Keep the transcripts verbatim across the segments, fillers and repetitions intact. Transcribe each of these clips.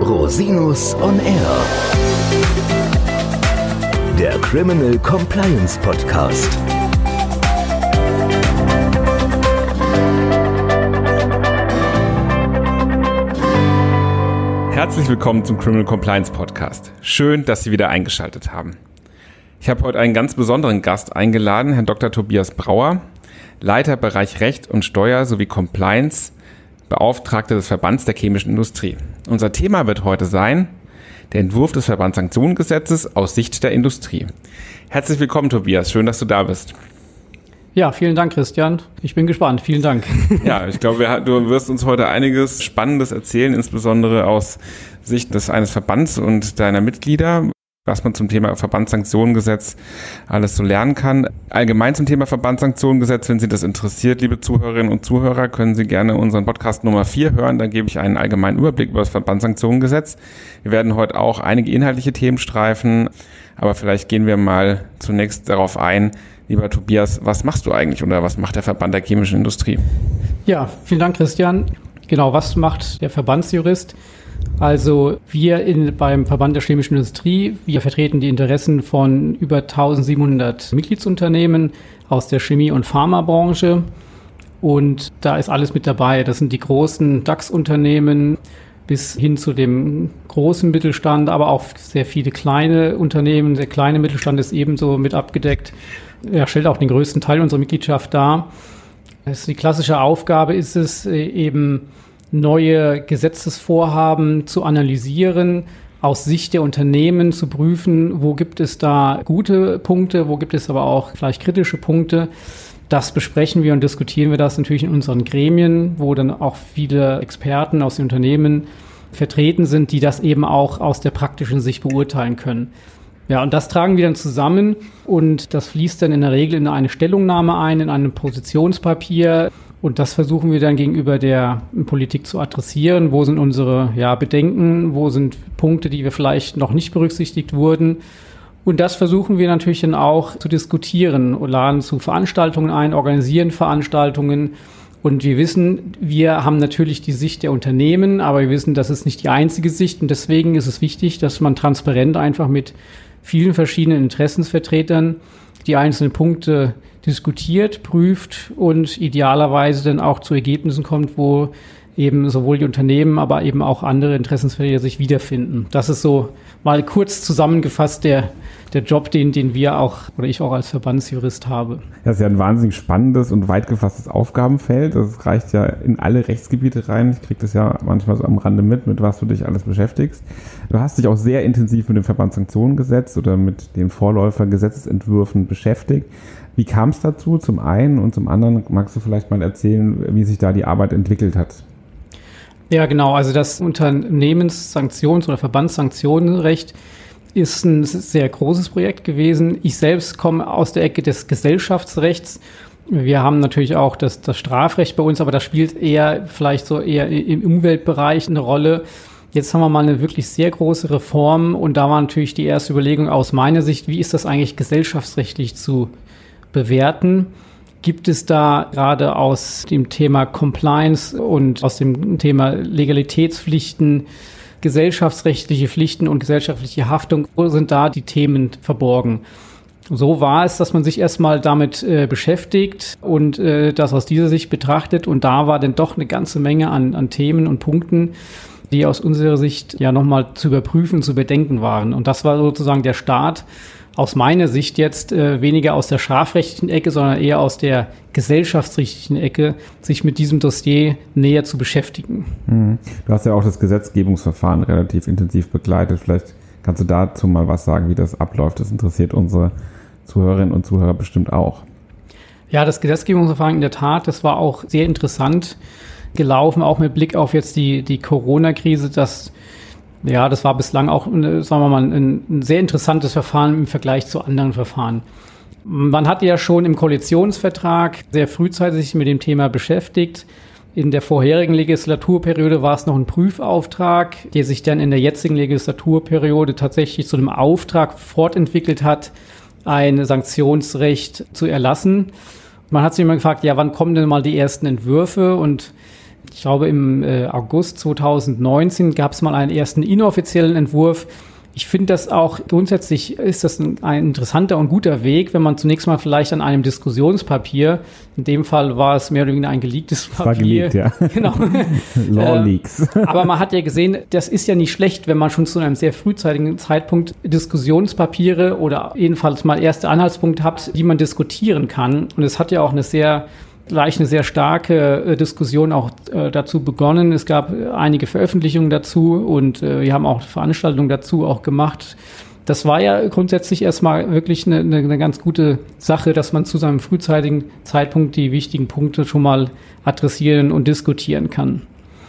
Rosinus on Air. Der Criminal Compliance Podcast. Herzlich willkommen zum Criminal Compliance Podcast. Schön, dass Sie wieder eingeschaltet haben. Ich habe heute einen ganz besonderen Gast eingeladen, Herrn Doktor Tobias Brauer, Leiter Bereich Recht und Steuer sowie Compliance, Beauftragter des Verbands der chemischen Industrie. Unser Thema wird heute sein, der Entwurf des Verbandssanktionengesetzes aus Sicht der Industrie. Herzlich willkommen, Tobias. Schön, dass du da bist. Ja, vielen Dank, Christian. Ich bin gespannt. Vielen Dank. Ja, ich glaube, du wirst uns heute einiges Spannendes erzählen, insbesondere aus Sicht des eines Verbands und deiner Mitglieder, was man zum Thema Verbandssanktionengesetz alles so lernen kann. Allgemein zum Thema Verbandssanktionengesetz, wenn Sie das interessiert, liebe Zuhörerinnen und Zuhörer, können Sie gerne unseren Podcast Nummer vier hören. Da gebe ich einen allgemeinen Überblick über das Verbandssanktionengesetz. Wir werden heute auch einige inhaltliche Themen streifen, aber vielleicht gehen wir mal zunächst darauf ein. Lieber Tobias, was machst du eigentlich oder was macht der Verband der chemischen Industrie? Ja, vielen Dank, Christian. Genau, was macht der Verbandsjurist? Also wir in, beim Verband der chemischen Industrie, wir vertreten die Interessen von über eintausendsiebenhundert Mitgliedsunternehmen aus der Chemie- und Pharmabranche. Und da ist alles mit dabei. Das sind die großen DAX-Unternehmen bis hin zu dem großen Mittelstand, aber auch sehr viele kleine Unternehmen. Der kleine Mittelstand ist ebenso mit abgedeckt. Er stellt auch den größten Teil unserer Mitgliedschaft dar. Das ist die klassische Aufgabe ist es eben, neue Gesetzesvorhaben zu analysieren, aus Sicht der Unternehmen zu prüfen, wo gibt es da gute Punkte, wo gibt es aber auch vielleicht kritische Punkte. Das besprechen wir und diskutieren wir das natürlich in unseren Gremien, wo dann auch viele Experten aus den Unternehmen vertreten sind, die das eben auch aus der praktischen Sicht beurteilen können. Ja, und das tragen wir dann zusammen und das fließt dann in der Regel in eine Stellungnahme ein, in einem Positionspapier. Und das versuchen wir dann gegenüber der Politik zu adressieren. Wo sind unsere ja, Bedenken? Wo sind Punkte, die wir vielleicht noch nicht berücksichtigt wurden? Und das versuchen wir natürlich dann auch zu diskutieren und laden zu Veranstaltungen ein, organisieren Veranstaltungen. Und wir wissen, wir haben natürlich die Sicht der Unternehmen, aber wir wissen, das ist nicht die einzige Sicht. Und deswegen ist es wichtig, dass man transparent einfach mit vielen verschiedenen Interessensvertretern die einzelnen Punkte diskutiert, prüft und idealerweise dann auch zu Ergebnissen kommt, wo eben sowohl die Unternehmen, aber eben auch andere Interessensvertreter sich wiederfinden. Das ist so mal kurz zusammengefasst der, der Job, den, den wir auch oder ich auch als Verbandsjurist habe. Das ist ja ein wahnsinnig spannendes und weit gefasstes Aufgabenfeld. Das reicht ja in alle Rechtsgebiete rein. Ich kriege das ja manchmal so am Rande mit, mit was du dich alles beschäftigst. Du hast dich auch sehr intensiv mit dem Verbandssanktionengesetz oder mit den Vorläufergesetzesentwürfen beschäftigt. Wie kam es dazu, zum einen, und zum anderen magst du vielleicht mal erzählen, wie sich da die Arbeit entwickelt hat? Ja, genau. Also das Unternehmenssanktions- oder Verbandssanktionenrecht ist ein sehr großes Projekt gewesen. Ich selbst komme aus der Ecke des Gesellschaftsrechts. Wir haben natürlich auch das, das Strafrecht bei uns, aber das spielt eher vielleicht so eher im Umweltbereich eine Rolle. Jetzt haben wir mal eine wirklich sehr große Reform und da war natürlich die erste Überlegung aus meiner Sicht, wie ist das eigentlich gesellschaftsrechtlich zu bewerten? Gibt es da gerade aus dem Thema Compliance und aus dem Thema Legalitätspflichten, gesellschaftsrechtliche Pflichten und gesellschaftliche Haftung, wo sind da die Themen verborgen? So war es, dass man sich erstmal damit äh, beschäftigt und äh, das aus dieser Sicht betrachtet und da war dann doch eine ganze Menge an, an Themen und Punkten, die aus unserer Sicht ja nochmal zu überprüfen, zu bedenken waren. Und das war sozusagen der Start aus meiner Sicht jetzt äh, weniger aus der strafrechtlichen Ecke, sondern eher aus der gesellschaftsrechtlichen Ecke, sich mit diesem Dossier näher zu beschäftigen. Mhm. Du hast ja auch das Gesetzgebungsverfahren relativ intensiv begleitet. Vielleicht kannst du dazu mal was sagen, wie das abläuft. Das interessiert unsere Zuhörerinnen und Zuhörer bestimmt auch. Ja, das Gesetzgebungsverfahren in der Tat, das war auch sehr interessant gelaufen, auch mit Blick auf jetzt die, die Corona-Krise, das Ja, das war bislang auch, sagen wir mal, ein, ein sehr interessantes Verfahren im Vergleich zu anderen Verfahren. Man hatte ja schon im Koalitionsvertrag sehr frühzeitig sich mit dem Thema beschäftigt. In der vorherigen Legislaturperiode war es noch ein Prüfauftrag, der sich dann in der jetzigen Legislaturperiode tatsächlich zu einem Auftrag fortentwickelt hat, ein Sanktionsrecht zu erlassen. Man hat sich immer gefragt, ja, wann kommen denn mal die ersten Entwürfe? Und Ich glaube, im äh, August zweitausendneunzehn gab es mal einen ersten inoffiziellen Entwurf. Ich finde das auch, grundsätzlich ist das ein, ein interessanter und guter Weg, wenn man zunächst mal vielleicht an einem Diskussionspapier, in dem Fall war es mehr oder weniger ein geleaktes Papier. War geleakt, ja. Genau. Law Leaks. Aber man hat ja gesehen, das ist ja nicht schlecht, wenn man schon zu einem sehr frühzeitigen Zeitpunkt Diskussionspapiere oder jedenfalls mal erste Anhaltspunkte hat, die man diskutieren kann. Und es hat ja auch eine sehr gleich eine sehr starke äh, Diskussion auch äh, dazu begonnen. Es gab äh, einige Veröffentlichungen dazu und äh, wir haben auch Veranstaltungen dazu auch gemacht. Das war ja grundsätzlich erstmal wirklich eine, eine, eine ganz gute Sache, dass man zu seinem frühzeitigen Zeitpunkt die wichtigen Punkte schon mal adressieren und diskutieren kann.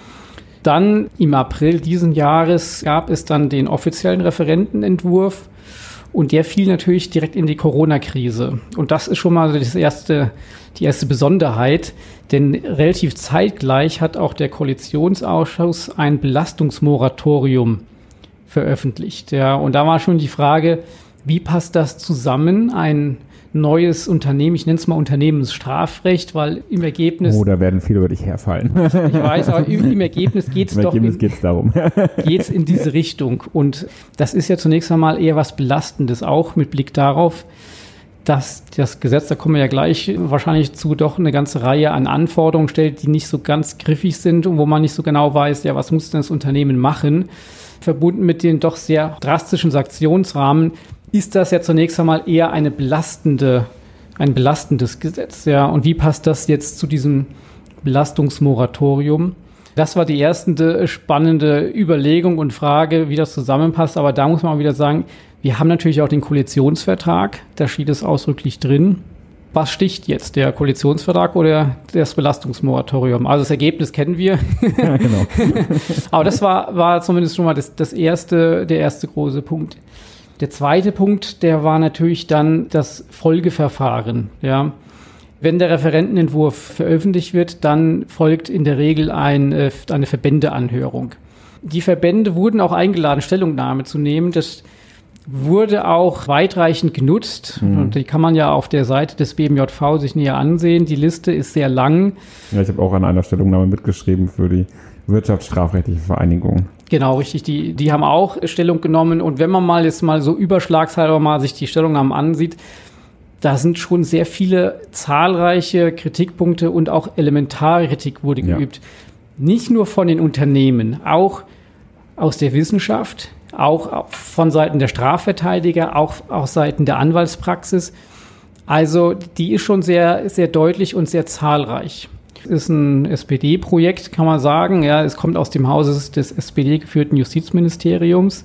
Dann im April diesen Jahres gab es dann den offiziellen Referentenentwurf. Und der fiel natürlich direkt in die Corona-Krise. Und das ist schon mal das erste, die erste Besonderheit, denn relativ zeitgleich hat auch der Koalitionsausschuss ein Belastungsmoratorium veröffentlicht. Ja, und da war schon die Frage, wie passt das zusammen? Ein neues Unternehmen, ich nenne es mal Unternehmensstrafrecht, weil im Ergebnis... Oh, da werden viele über dich herfallen. Ich weiß, aber im, im Ergebnis geht es doch... Im Ergebnis geht es darum. Geht es in diese Richtung. Und das ist ja zunächst einmal eher was Belastendes, auch mit Blick darauf, dass das Gesetz, da kommen wir ja gleich wahrscheinlich zu, doch eine ganze Reihe an Anforderungen stellt, die nicht so ganz griffig sind und wo man nicht so genau weiß, ja, was muss denn das Unternehmen machen? Verbunden mit den doch sehr drastischen Sanktionsrahmen ist das ja zunächst einmal eher eine belastende, ein belastendes Gesetz. Ja. Und wie passt das jetzt zu diesem Belastungsmoratorium? Das war die erste spannende Überlegung und Frage, wie das zusammenpasst. Aber da muss man auch wieder sagen, wir haben natürlich auch den Koalitionsvertrag. Da steht es ausdrücklich drin. Was sticht jetzt, der Koalitionsvertrag oder das Belastungsmoratorium? Also das Ergebnis kennen wir. Ja, genau. Aber das war, war zumindest schon mal das, das erste, der erste große Punkt. Der zweite Punkt, der war natürlich dann das Folgeverfahren. Ja. Wenn der Referentenentwurf veröffentlicht wird, dann folgt in der Regel ein, eine Verbändeanhörung. Die Verbände wurden auch eingeladen, Stellungnahme zu nehmen. Das wurde auch weitreichend genutzt. Mhm. Und die kann man ja auf der Seite des B M J V sich näher ansehen. Die Liste ist sehr lang. Ja, ich habe auch an einer Stellungnahme mitgeschrieben für die Wirtschaftsstrafrechtliche Vereinigung. Genau, richtig. Die, die haben auch Stellung genommen. Und wenn man mal jetzt mal so überschlagshalber mal sich die Stellungnahmen ansieht, da sind schon sehr viele zahlreiche Kritikpunkte und auch elementare Kritik wurde geübt. Ja. Nicht nur von den Unternehmen, auch aus der Wissenschaft, auch von Seiten der Strafverteidiger, auch aus Seiten der Anwaltspraxis. Also die ist schon sehr, sehr deutlich und sehr zahlreich. Es ist ein S P D-Projekt, kann man sagen. Ja, es kommt aus dem Hause des S P D-geführten Justizministeriums.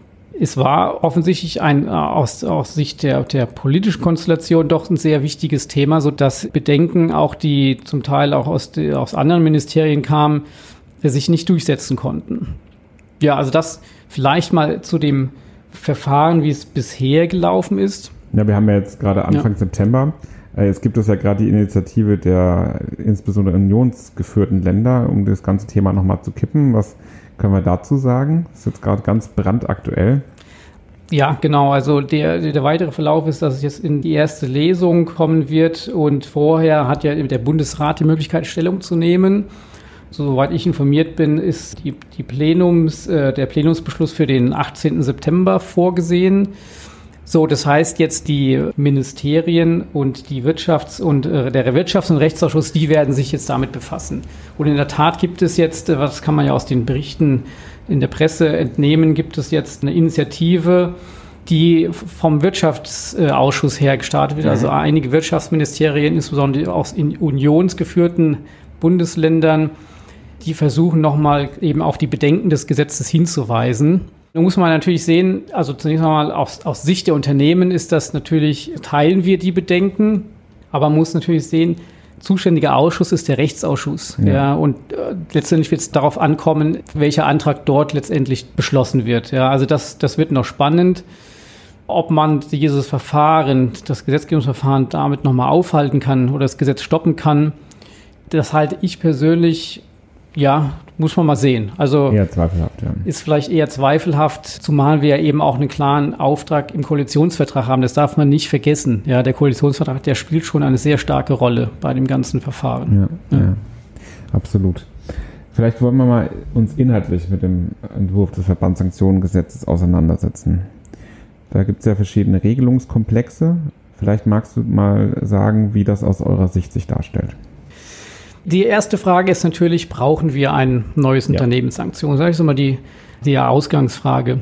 Es war offensichtlich ein, aus, aus Sicht der, der politischen Konstellation doch ein sehr wichtiges Thema, sodass Bedenken, auch die zum Teil auch aus, die, aus anderen Ministerien kamen, sich nicht durchsetzen konnten. Ja, also das vielleicht mal zu dem Verfahren, wie es bisher gelaufen ist. Ja, wir haben ja jetzt gerade Anfang ja. September. Es gibt es ja gerade die Initiative der insbesondere unionsgeführten Länder, um das ganze Thema nochmal zu kippen. Was können wir dazu sagen? Das ist jetzt gerade ganz brandaktuell. Ja, genau. Also der, der weitere Verlauf ist, dass es jetzt in die erste Lesung kommen wird. Und vorher hat ja der Bundesrat die Möglichkeit, Stellung zu nehmen. Soweit ich informiert bin, ist die, die Plenums, äh, der Plenumsbeschluss für den achtzehnten September vorgesehen. So, das heißt jetzt die Ministerien und die Wirtschafts- und äh, der Wirtschafts- und Rechtsausschuss, die werden sich jetzt damit befassen. Und in der Tat gibt es jetzt, äh, was kann man ja aus den Berichten in der Presse entnehmen, gibt es jetzt eine Initiative, die vom Wirtschaftsausschuss her gestartet wird. Mhm. Also einige Wirtschaftsministerien, insbesondere aus in unionsgeführten Bundesländern, die versuchen nochmal eben auf die Bedenken des Gesetzes hinzuweisen. Da muss man natürlich sehen, also zunächst einmal aus, aus Sicht der Unternehmen ist das natürlich, teilen wir die Bedenken, aber man muss natürlich sehen, zuständiger Ausschuss ist der Rechtsausschuss. Ja. Ja, und äh, letztendlich wird es darauf ankommen, welcher Antrag dort letztendlich beschlossen wird. Ja, also das, das wird noch spannend. Ob man dieses Verfahren, das Gesetzgebungsverfahren damit nochmal aufhalten kann oder das Gesetz stoppen kann, das halte ich persönlich, ja, muss man mal sehen. Also eher zweifelhaft, ja. Ist vielleicht eher zweifelhaft, zumal wir ja eben auch einen klaren Auftrag im Koalitionsvertrag haben. Das darf man nicht vergessen. Ja, der Koalitionsvertrag, der spielt schon eine sehr starke Rolle bei dem ganzen Verfahren. Ja, ja. Ja. Absolut. Vielleicht wollen wir mal uns inhaltlich mit dem Entwurf des Verbandssanktionengesetzes auseinandersetzen. Da gibt es ja verschiedene Regelungskomplexe. Vielleicht magst du mal sagen, wie das aus eurer Sicht sich darstellt. Die erste Frage ist natürlich, brauchen wir ein neues Ja. Unternehmenssanktion? Sag ich so mal die, die Ausgangsfrage.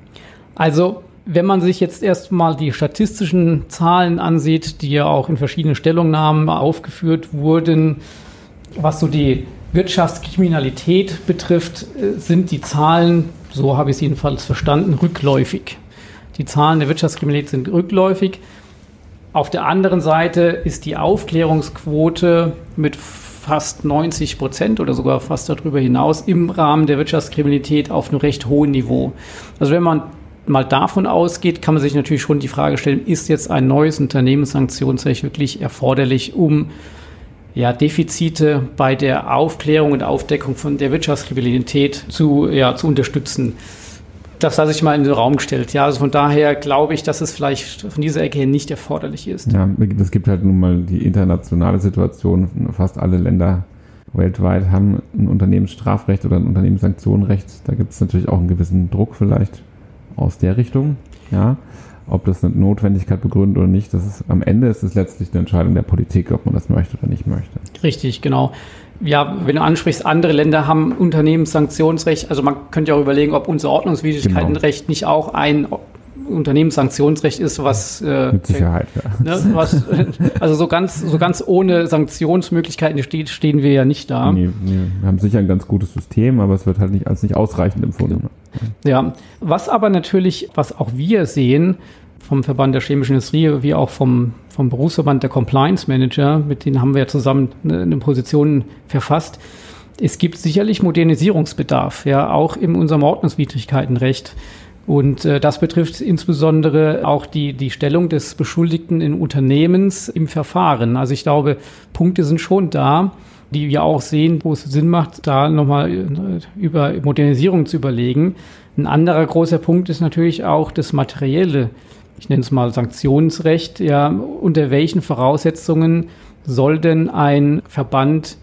Also, wenn man sich jetzt erstmal die statistischen Zahlen ansieht, die ja auch in verschiedenen Stellungnahmen aufgeführt wurden, was so die Wirtschaftskriminalität betrifft, sind die Zahlen, so habe ich es jedenfalls verstanden, rückläufig. Die Zahlen der Wirtschaftskriminalität sind rückläufig. Auf der anderen Seite ist die Aufklärungsquote mit fast neunzig Prozent oder sogar fast darüber hinaus im Rahmen der Wirtschaftskriminalität auf einem recht hohen Niveau. Also wenn man mal davon ausgeht, kann man sich natürlich schon die Frage stellen, ist jetzt ein neues Unternehmenssanktionsrecht wirklich erforderlich, um ja, Defizite bei der Aufklärung und Aufdeckung von der Wirtschaftskriminalität zu, ja, zu unterstützen. Das lasse ich mal in den Raum gestellt. Ja, also von daher glaube ich, dass es vielleicht von dieser Ecke her nicht erforderlich ist. Ja, es gibt halt nun mal die internationale Situation. Fast alle Länder weltweit haben ein Unternehmensstrafrecht oder ein Unternehmenssanktionenrecht. Da gibt es natürlich auch einen gewissen Druck vielleicht aus der Richtung. Ja, ob das eine Notwendigkeit begründet oder nicht, das ist am Ende ist es letztlich eine Entscheidung der Politik, ob man das möchte oder nicht möchte. Richtig, genau. Ja, wenn du ansprichst, andere Länder haben Unternehmenssanktionsrecht. Also man könnte ja auch überlegen, ob unser Ordnungswidrigkeitenrecht genau. nicht auch ein Unternehmenssanktionsrecht ist, was äh, mit Sicherheit, ja. Ne, was, also so ganz, so ganz ohne Sanktionsmöglichkeiten steht, stehen wir ja nicht da. Nee, nee, wir haben sicher ein ganz gutes System, aber es wird halt nicht als nicht ausreichend empfunden. Ja, was aber natürlich, was auch wir sehen vom Verband der chemischen Industrie, wie auch vom, vom Berufsverband der Compliance Manager, mit denen haben wir ja zusammen eine, eine Position verfasst. Es gibt sicherlich Modernisierungsbedarf, ja, auch in unserem Ordnungswidrigkeitenrecht. Und äh, das betrifft insbesondere auch die, die Stellung des Beschuldigten in Unternehmens im Verfahren. Also ich glaube, Punkte sind schon da, die wir auch sehen, wo es Sinn macht, da nochmal über Modernisierung zu überlegen. Ein anderer großer Punkt ist natürlich auch das materielle, ich nenne es mal Sanktionsrecht. Ja, unter welchen Voraussetzungen soll denn ein Verband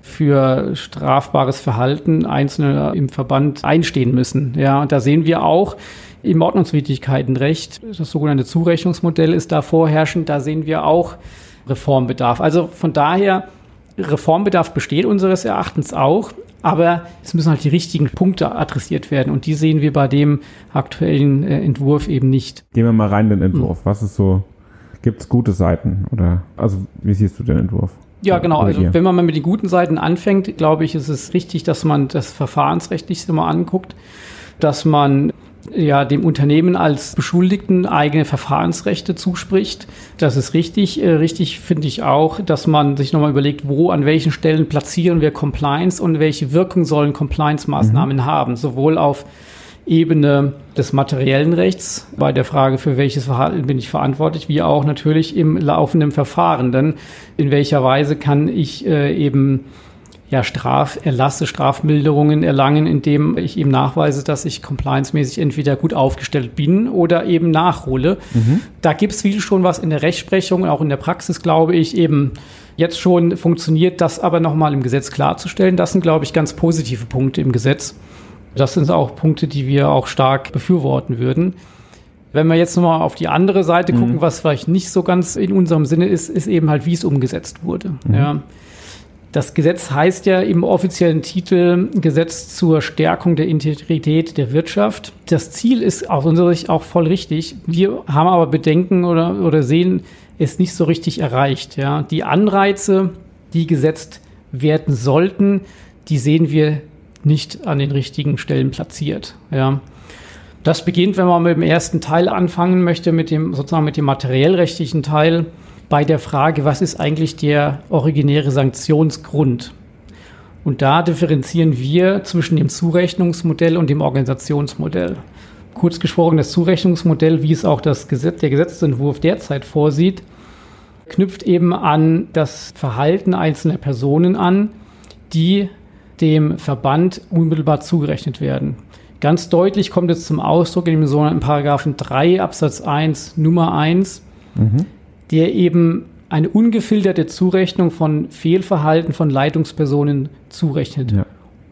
für strafbares Verhalten Einzelner im Verband einstehen müssen? Ja, und da sehen wir auch im Ordnungswidrigkeitenrecht, das sogenannte Zurechnungsmodell ist da vorherrschend, da sehen wir auch Reformbedarf. Also von daher, Reformbedarf besteht unseres Erachtens auch, aber es müssen halt die richtigen Punkte adressiert werden und die sehen wir bei dem aktuellen äh, Entwurf eben nicht. Gehen wir mal rein in den Entwurf. Hm. Was ist so, gibt es gute Seiten oder, also wie siehst du den Entwurf? Ja, genau. Also wenn man mal mit den guten Seiten anfängt, glaube ich, ist es richtig, dass man das Verfahrensrechtliche mal anguckt, dass man ja dem Unternehmen als Beschuldigten eigene Verfahrensrechte zuspricht. Das ist richtig. Äh, richtig finde ich auch, dass man sich nochmal überlegt, wo, an welchen Stellen platzieren wir Compliance und welche Wirkung sollen Compliance-Maßnahmen mhm. haben, sowohl auf Ebene des materiellen Rechts, bei der Frage, für welches Verhalten bin ich verantwortlich, wie auch natürlich im laufenden Verfahren. Denn in welcher Weise kann ich äh, eben ja, Straferlasse, Strafmilderungen erlangen, indem ich eben nachweise, dass ich compliance-mäßig entweder gut aufgestellt bin oder eben nachhole. Mhm. Da gibt es viel schon was in der Rechtsprechung, auch in der Praxis, glaube ich, eben jetzt schon funktioniert, das aber nochmal im Gesetz klarzustellen. Das sind, glaube ich, ganz positive Punkte im Gesetz. Das sind auch Punkte, die wir auch stark befürworten würden. Wenn wir jetzt nochmal auf die andere Seite mhm. gucken, was vielleicht nicht so ganz in unserem Sinne ist, ist eben halt, wie es umgesetzt wurde. Mhm. Ja. Das Gesetz heißt ja im offiziellen Titel Gesetz zur Stärkung der Integrität der Wirtschaft. Das Ziel ist aus unserer Sicht auch voll richtig. Wir haben aber Bedenken oder, oder sehen es nicht so richtig erreicht. Ja. Die Anreize, die gesetzt werden sollten, die sehen wir nicht an den richtigen Stellen platziert. Ja. Das beginnt, wenn man mit dem ersten Teil anfangen möchte, mit dem sozusagen mit dem materiellrechtlichen Teil, bei der Frage, was ist eigentlich der originäre Sanktionsgrund? Und da differenzieren wir zwischen dem Zurechnungsmodell und dem Organisationsmodell. Kurz gesprochen, das Zurechnungsmodell, wie es auch das Gesetz, der Gesetzentwurf derzeit vorsieht, knüpft eben an das Verhalten einzelner Personen an, die dem Verband unmittelbar zugerechnet werden. Ganz deutlich kommt es zum Ausdruck in dem sogenannten Paragraphen drei Absatz eins Nummer eins, mhm. der eben eine ungefilterte Zurechnung von Fehlverhalten von Leitungspersonen zurechnet. Ja.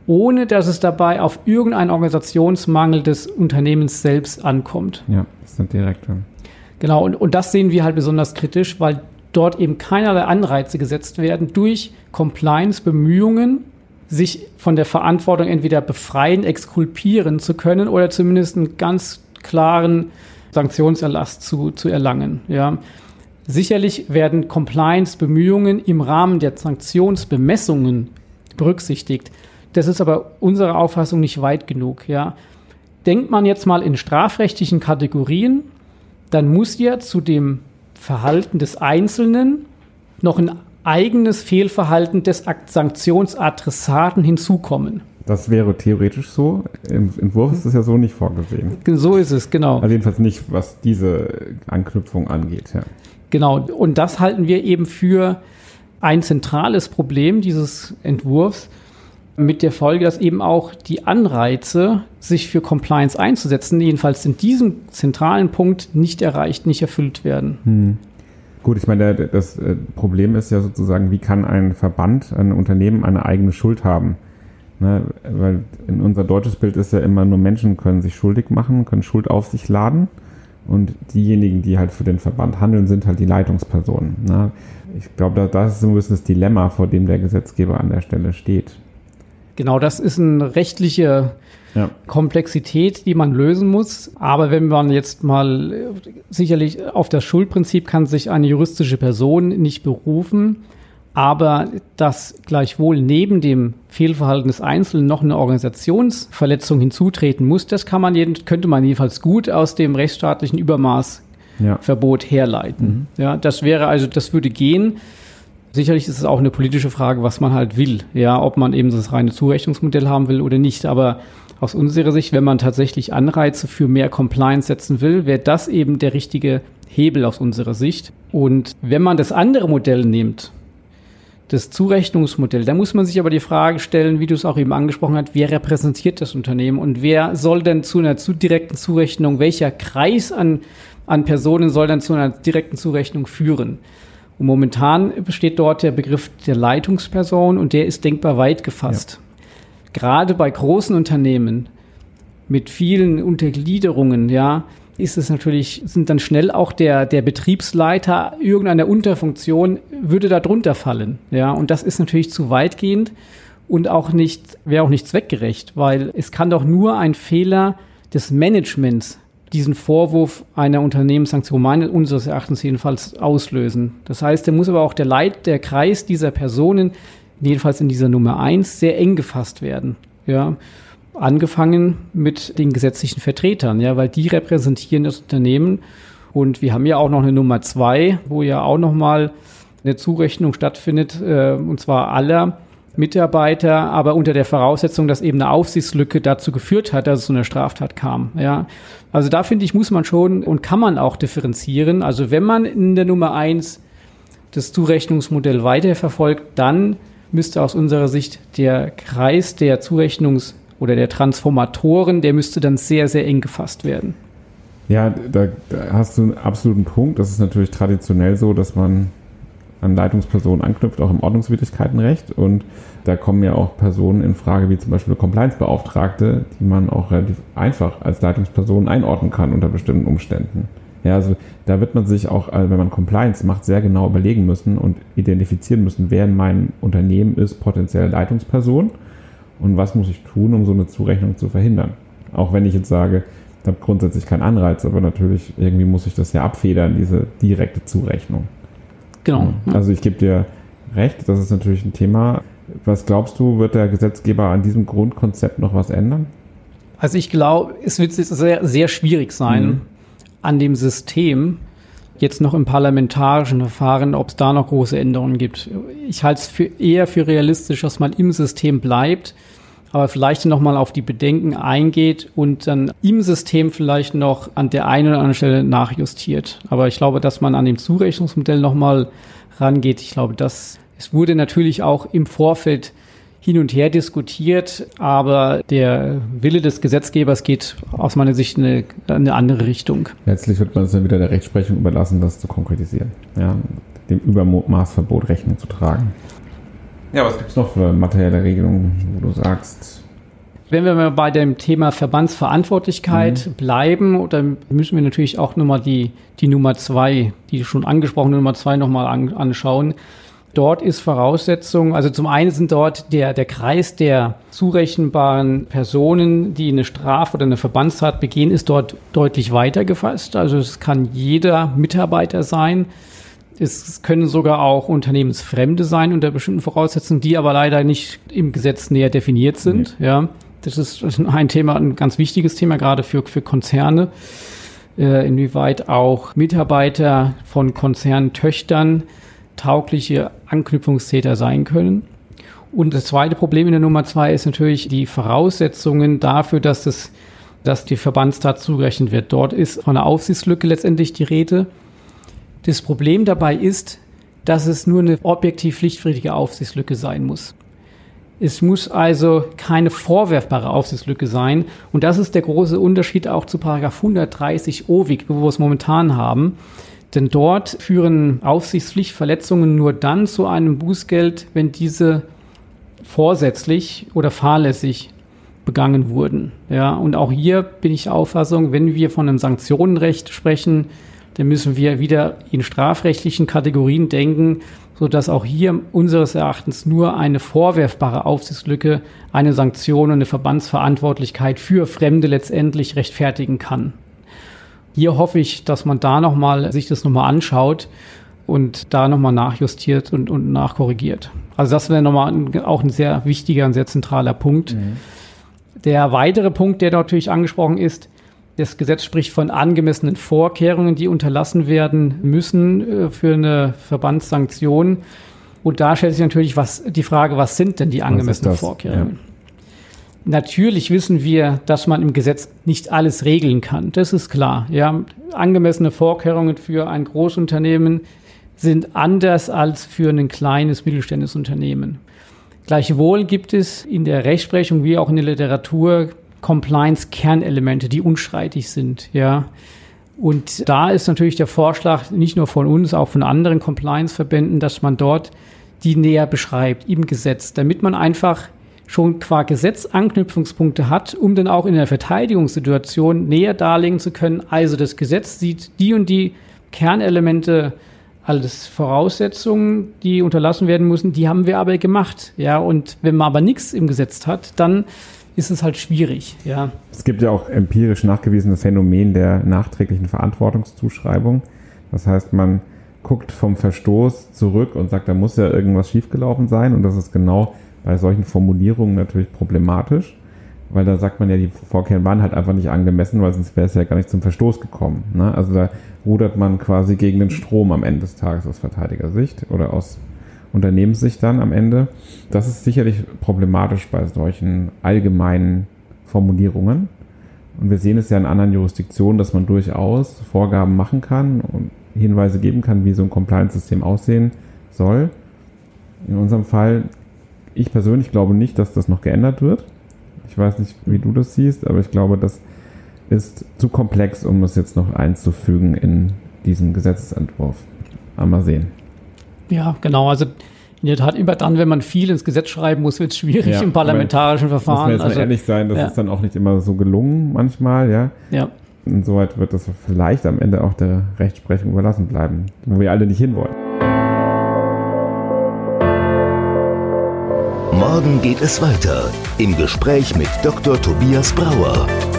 ohne dass es dabei auf irgendeinen Organisationsmangel des Unternehmens selbst ankommt. Ja, das ist eine direkte. Genau, und, und das sehen wir halt besonders kritisch, weil dort eben keinerlei Anreize gesetzt werden, durch Compliance-Bemühungen sich von der Verantwortung entweder befreien, exkulpieren zu können oder zumindest einen ganz klaren Sanktionserlass zu, zu erlangen. Ja. Sicherlich werden Compliance-Bemühungen im Rahmen der Sanktionsbemessungen berücksichtigt. Das ist aber unserer Auffassung nicht weit genug. Ja. Denkt man jetzt mal in strafrechtlichen Kategorien, dann muss ja zu dem Verhalten des Einzelnen noch ein eigenes Fehlverhalten des Sanktionsadressaten hinzukommen. Das wäre theoretisch so. Im Entwurf ist das ja so nicht vorgesehen. So ist es, genau. Also jedenfalls nicht, was diese Anknüpfung angeht. Ja. Genau, und das halten wir eben für ein zentrales Problem dieses Entwurfs, mit der Folge, dass eben auch die Anreize, sich für Compliance einzusetzen, jedenfalls in diesem zentralen Punkt nicht erreicht, nicht erfüllt werden. Hm. Gut, ich meine, das Problem ist ja sozusagen, wie kann ein Verband, ein Unternehmen eine eigene Schuld haben? Ne, weil in unser deutsches Bild ist ja immer, nur Menschen können sich schuldig machen, können Schuld auf sich laden und diejenigen, die halt für den Verband handeln, sind halt die Leitungspersonen. Ne? Ich glaube, das ist so ein bisschen das Dilemma, vor dem der Gesetzgeber an der Stelle steht. Genau, das ist eine rechtliche ja. Komplexität, die man lösen muss. Aber wenn man jetzt mal sicherlich auf das Schuldprinzip kann sich eine juristische Person nicht berufen, aber dass gleichwohl neben dem Fehlverhalten des Einzelnen noch eine Organisationsverletzung hinzutreten muss, das kann man jeden, könnte man jedenfalls gut aus dem rechtsstaatlichen Übermaßverbot ja. herleiten. Mhm. Ja, das wäre also, das würde gehen. Sicherlich ist es auch eine politische Frage, was man halt will, ja, ob man eben das reine Zurechnungsmodell haben will oder nicht. Aber aus unserer Sicht, wenn man tatsächlich Anreize für mehr Compliance setzen will, wäre das eben der richtige Hebel aus unserer Sicht. Und wenn man das andere Modell nimmt, das Zurechnungsmodell, da muss man sich aber die Frage stellen, wie du es auch eben angesprochen hast, wer repräsentiert das Unternehmen und wer soll denn zu einer zu direkten Zurechnung, welcher Kreis an, an Personen soll dann zu einer direkten Zurechnung führen? Und momentan besteht dort der Begriff der Leitungsperson und der ist denkbar weit gefasst. Ja. Gerade bei großen Unternehmen mit vielen Untergliederungen, ja, ist es natürlich, sind dann schnell auch der, der Betriebsleiter irgendeiner Unterfunktion würde da drunter fallen. Ja, und das ist natürlich zu weitgehend und auch nicht, wäre auch nicht zweckgerecht, weil es kann doch nur ein Fehler des Managements diesen Vorwurf einer Unternehmenssanktion meines unseres Erachtens jedenfalls auslösen. Das heißt, da muss aber auch der Leit, der Kreis dieser Personen, jedenfalls in dieser Nummer eins, sehr eng gefasst werden. Ja, angefangen mit den gesetzlichen Vertretern, ja, weil die repräsentieren das Unternehmen. Und wir haben ja auch noch eine Nummer zwei, wo ja auch nochmal eine Zurechnung stattfindet, äh, und zwar aller Mitarbeiter, aber unter der Voraussetzung, dass eben eine Aufsichtslücke dazu geführt hat, dass es zu einer Straftat kam. Ja, also da finde ich, muss man schon und kann man auch differenzieren. Also wenn man in der Nummer eins das Zurechnungsmodell weiterverfolgt, dann müsste aus unserer Sicht der Kreis der Zurechnungs- oder der Transformatoren, der müsste dann sehr, sehr eng gefasst werden. Ja, da, da hast du einen absoluten Punkt. Das ist natürlich traditionell so, dass man an Leitungspersonen anknüpft, auch im Ordnungswidrigkeitenrecht. Und da kommen ja auch Personen in Frage, wie zum Beispiel Compliance-Beauftragte, die man auch relativ einfach als Leitungsperson einordnen kann unter bestimmten Umständen. Ja, also da wird man sich auch, wenn man Compliance macht, sehr genau überlegen müssen und identifizieren müssen, wer in meinem Unternehmen ist potenzielle Leitungsperson und was muss ich tun, um so eine Zurechnung zu verhindern. Auch wenn ich jetzt sage, ich habe grundsätzlich keinen Anreiz, aber natürlich irgendwie muss ich das ja abfedern, diese direkte Zurechnung. Genau. Also ich gebe dir recht, das ist natürlich ein Thema. Was glaubst du, wird der Gesetzgeber an diesem Grundkonzept noch was ändern? Also ich glaube, es wird sehr, sehr schwierig sein, mhm. an dem System, jetzt noch im parlamentarischen Verfahren, ob es da noch große Änderungen gibt. Ich halte es für eher für realistisch, dass man im System bleibt, aber vielleicht noch mal auf die Bedenken eingeht und dann im System vielleicht noch an der einen oder anderen Stelle nachjustiert. Aber ich glaube, dass man an dem Zurechnungsmodell noch mal rangeht. Ich glaube, das es wurde natürlich auch im Vorfeld hin und her diskutiert, aber der Wille des Gesetzgebers geht aus meiner Sicht in eine, eine andere Richtung. Letztlich wird man es dann wieder der Rechtsprechung überlassen, das zu konkretisieren, ja, dem Übermaßverbot Rechnung zu tragen. Ja, was gibt es noch für materielle Regelungen, wo du sagst, Wenn wir mal bei dem Thema Verbandsverantwortlichkeit mhm. bleiben, dann müssen wir natürlich auch nochmal die, die Nummer zwei, die schon angesprochene Nummer zwei nochmal an, anschauen. Dort ist Voraussetzung, also zum einen sind dort der, der Kreis der zurechenbaren Personen, die eine Straf- oder eine Verbandstat begehen, ist dort deutlich weiter gefasst. Also es kann jeder Mitarbeiter sein. Es können sogar auch Unternehmensfremde sein unter bestimmten Voraussetzungen, die aber leider nicht im Gesetz näher definiert sind. Nee. Ja, das ist ein Thema, ein ganz wichtiges Thema, gerade für, für Konzerne. Äh, inwieweit auch Mitarbeiter von Konzerntöchtern taugliche Anknüpfungstäter sein können. Und das zweite Problem in der Nummer zwei ist natürlich die Voraussetzungen dafür, dass, das, dass die Verbandstat zugerechnet wird. Dort ist von einer Aufsichtslücke letztendlich die Rede. Das Problem dabei ist, dass es nur eine objektiv pflichtpflichtige Aufsichtslücke sein muss. Es muss also keine vorwerfbare Aufsichtslücke sein. Und das ist der große Unterschied auch zu Paragraph hundertdreißig O W I G, wo wir es momentan haben. Denn dort führen Aufsichtspflichtverletzungen nur dann zu einem Bußgeld, wenn diese vorsätzlich oder fahrlässig begangen wurden. Ja, und auch hier bin ich der Auffassung, wenn wir von einem Sanktionenrecht sprechen, dann müssen wir wieder in strafrechtlichen Kategorien denken, sodass auch hier unseres Erachtens nur eine vorwerfbare Aufsichtslücke eine Sanktion und eine Verbandsverantwortlichkeit für Fremde letztendlich rechtfertigen kann. Hier hoffe ich, dass man da nochmal sich das nochmal anschaut und da nochmal nachjustiert und, und nachkorrigiert. Also das wäre nochmal ein, auch ein sehr wichtiger, ein sehr zentraler Punkt. Mhm. Der weitere Punkt, der natürlich angesprochen ist, das Gesetz spricht von angemessenen Vorkehrungen, die unterlassen werden müssen äh, für eine Verbandssanktion. Und da stellt sich natürlich was, die Frage, was sind denn die angemessenen Vorkehrungen? Ja. Natürlich wissen wir, dass man im Gesetz nicht alles regeln kann. Das ist klar. Ja, angemessene Vorkehrungen für ein Großunternehmen sind anders als für ein kleines mittelständisches Unternehmen. Gleichwohl gibt es in der Rechtsprechung wie auch in der Literatur Compliance-Kernelemente, die unstreitig sind. Ja. Und da ist natürlich der Vorschlag nicht nur von uns, auch von anderen Compliance-Verbänden, dass man dort die näher beschreibt im Gesetz, damit man einfach schon qua Gesetz Anknüpfungspunkte hat, um dann auch in der Verteidigungssituation näher darlegen zu können. Also das Gesetz sieht die und die Kernelemente als Voraussetzungen, die unterlassen werden müssen, die haben wir aber gemacht. Ja, und wenn man aber nichts im Gesetz hat, dann ist es halt schwierig. Ja. Es gibt ja auch empirisch nachgewiesenes Phänomen der nachträglichen Verantwortungszuschreibung. Das heißt, man guckt vom Verstoß zurück und sagt, da muss ja irgendwas schiefgelaufen sein, und das ist genau bei solchen Formulierungen natürlich problematisch, weil da sagt man ja, die Vorkehrungen waren halt einfach nicht angemessen, weil sonst wäre es ja gar nicht zum Verstoß gekommen. Ne? Also da rudert man quasi gegen den Strom am Ende des Tages aus Verteidigersicht oder aus Unternehmenssicht dann am Ende. Das ist sicherlich problematisch bei solchen allgemeinen Formulierungen. Und wir sehen es ja in anderen Jurisdiktionen, dass man durchaus Vorgaben machen kann und Hinweise geben kann, wie so ein Compliance-System aussehen soll. In unserem Fall, ich persönlich glaube nicht, dass das noch geändert wird. Ich weiß nicht, wie du das siehst, aber ich glaube, das ist zu komplex, um es jetzt noch einzufügen in diesen Gesetzesentwurf. Mal sehen. Ja, genau. Also in der Tat, immer dann, wenn man viel ins Gesetz schreiben muss, wird es schwierig ja, im parlamentarischen Verfahren. Muss man jetzt also, mal ehrlich sein, das ja. ist dann auch nicht immer so gelungen manchmal. Ja. ja. Insoweit wird das vielleicht am Ende auch der Rechtsprechung überlassen bleiben, wo wir alle nicht hinwollen. Morgen geht es weiter im Gespräch mit Doktor Tobias Brauer.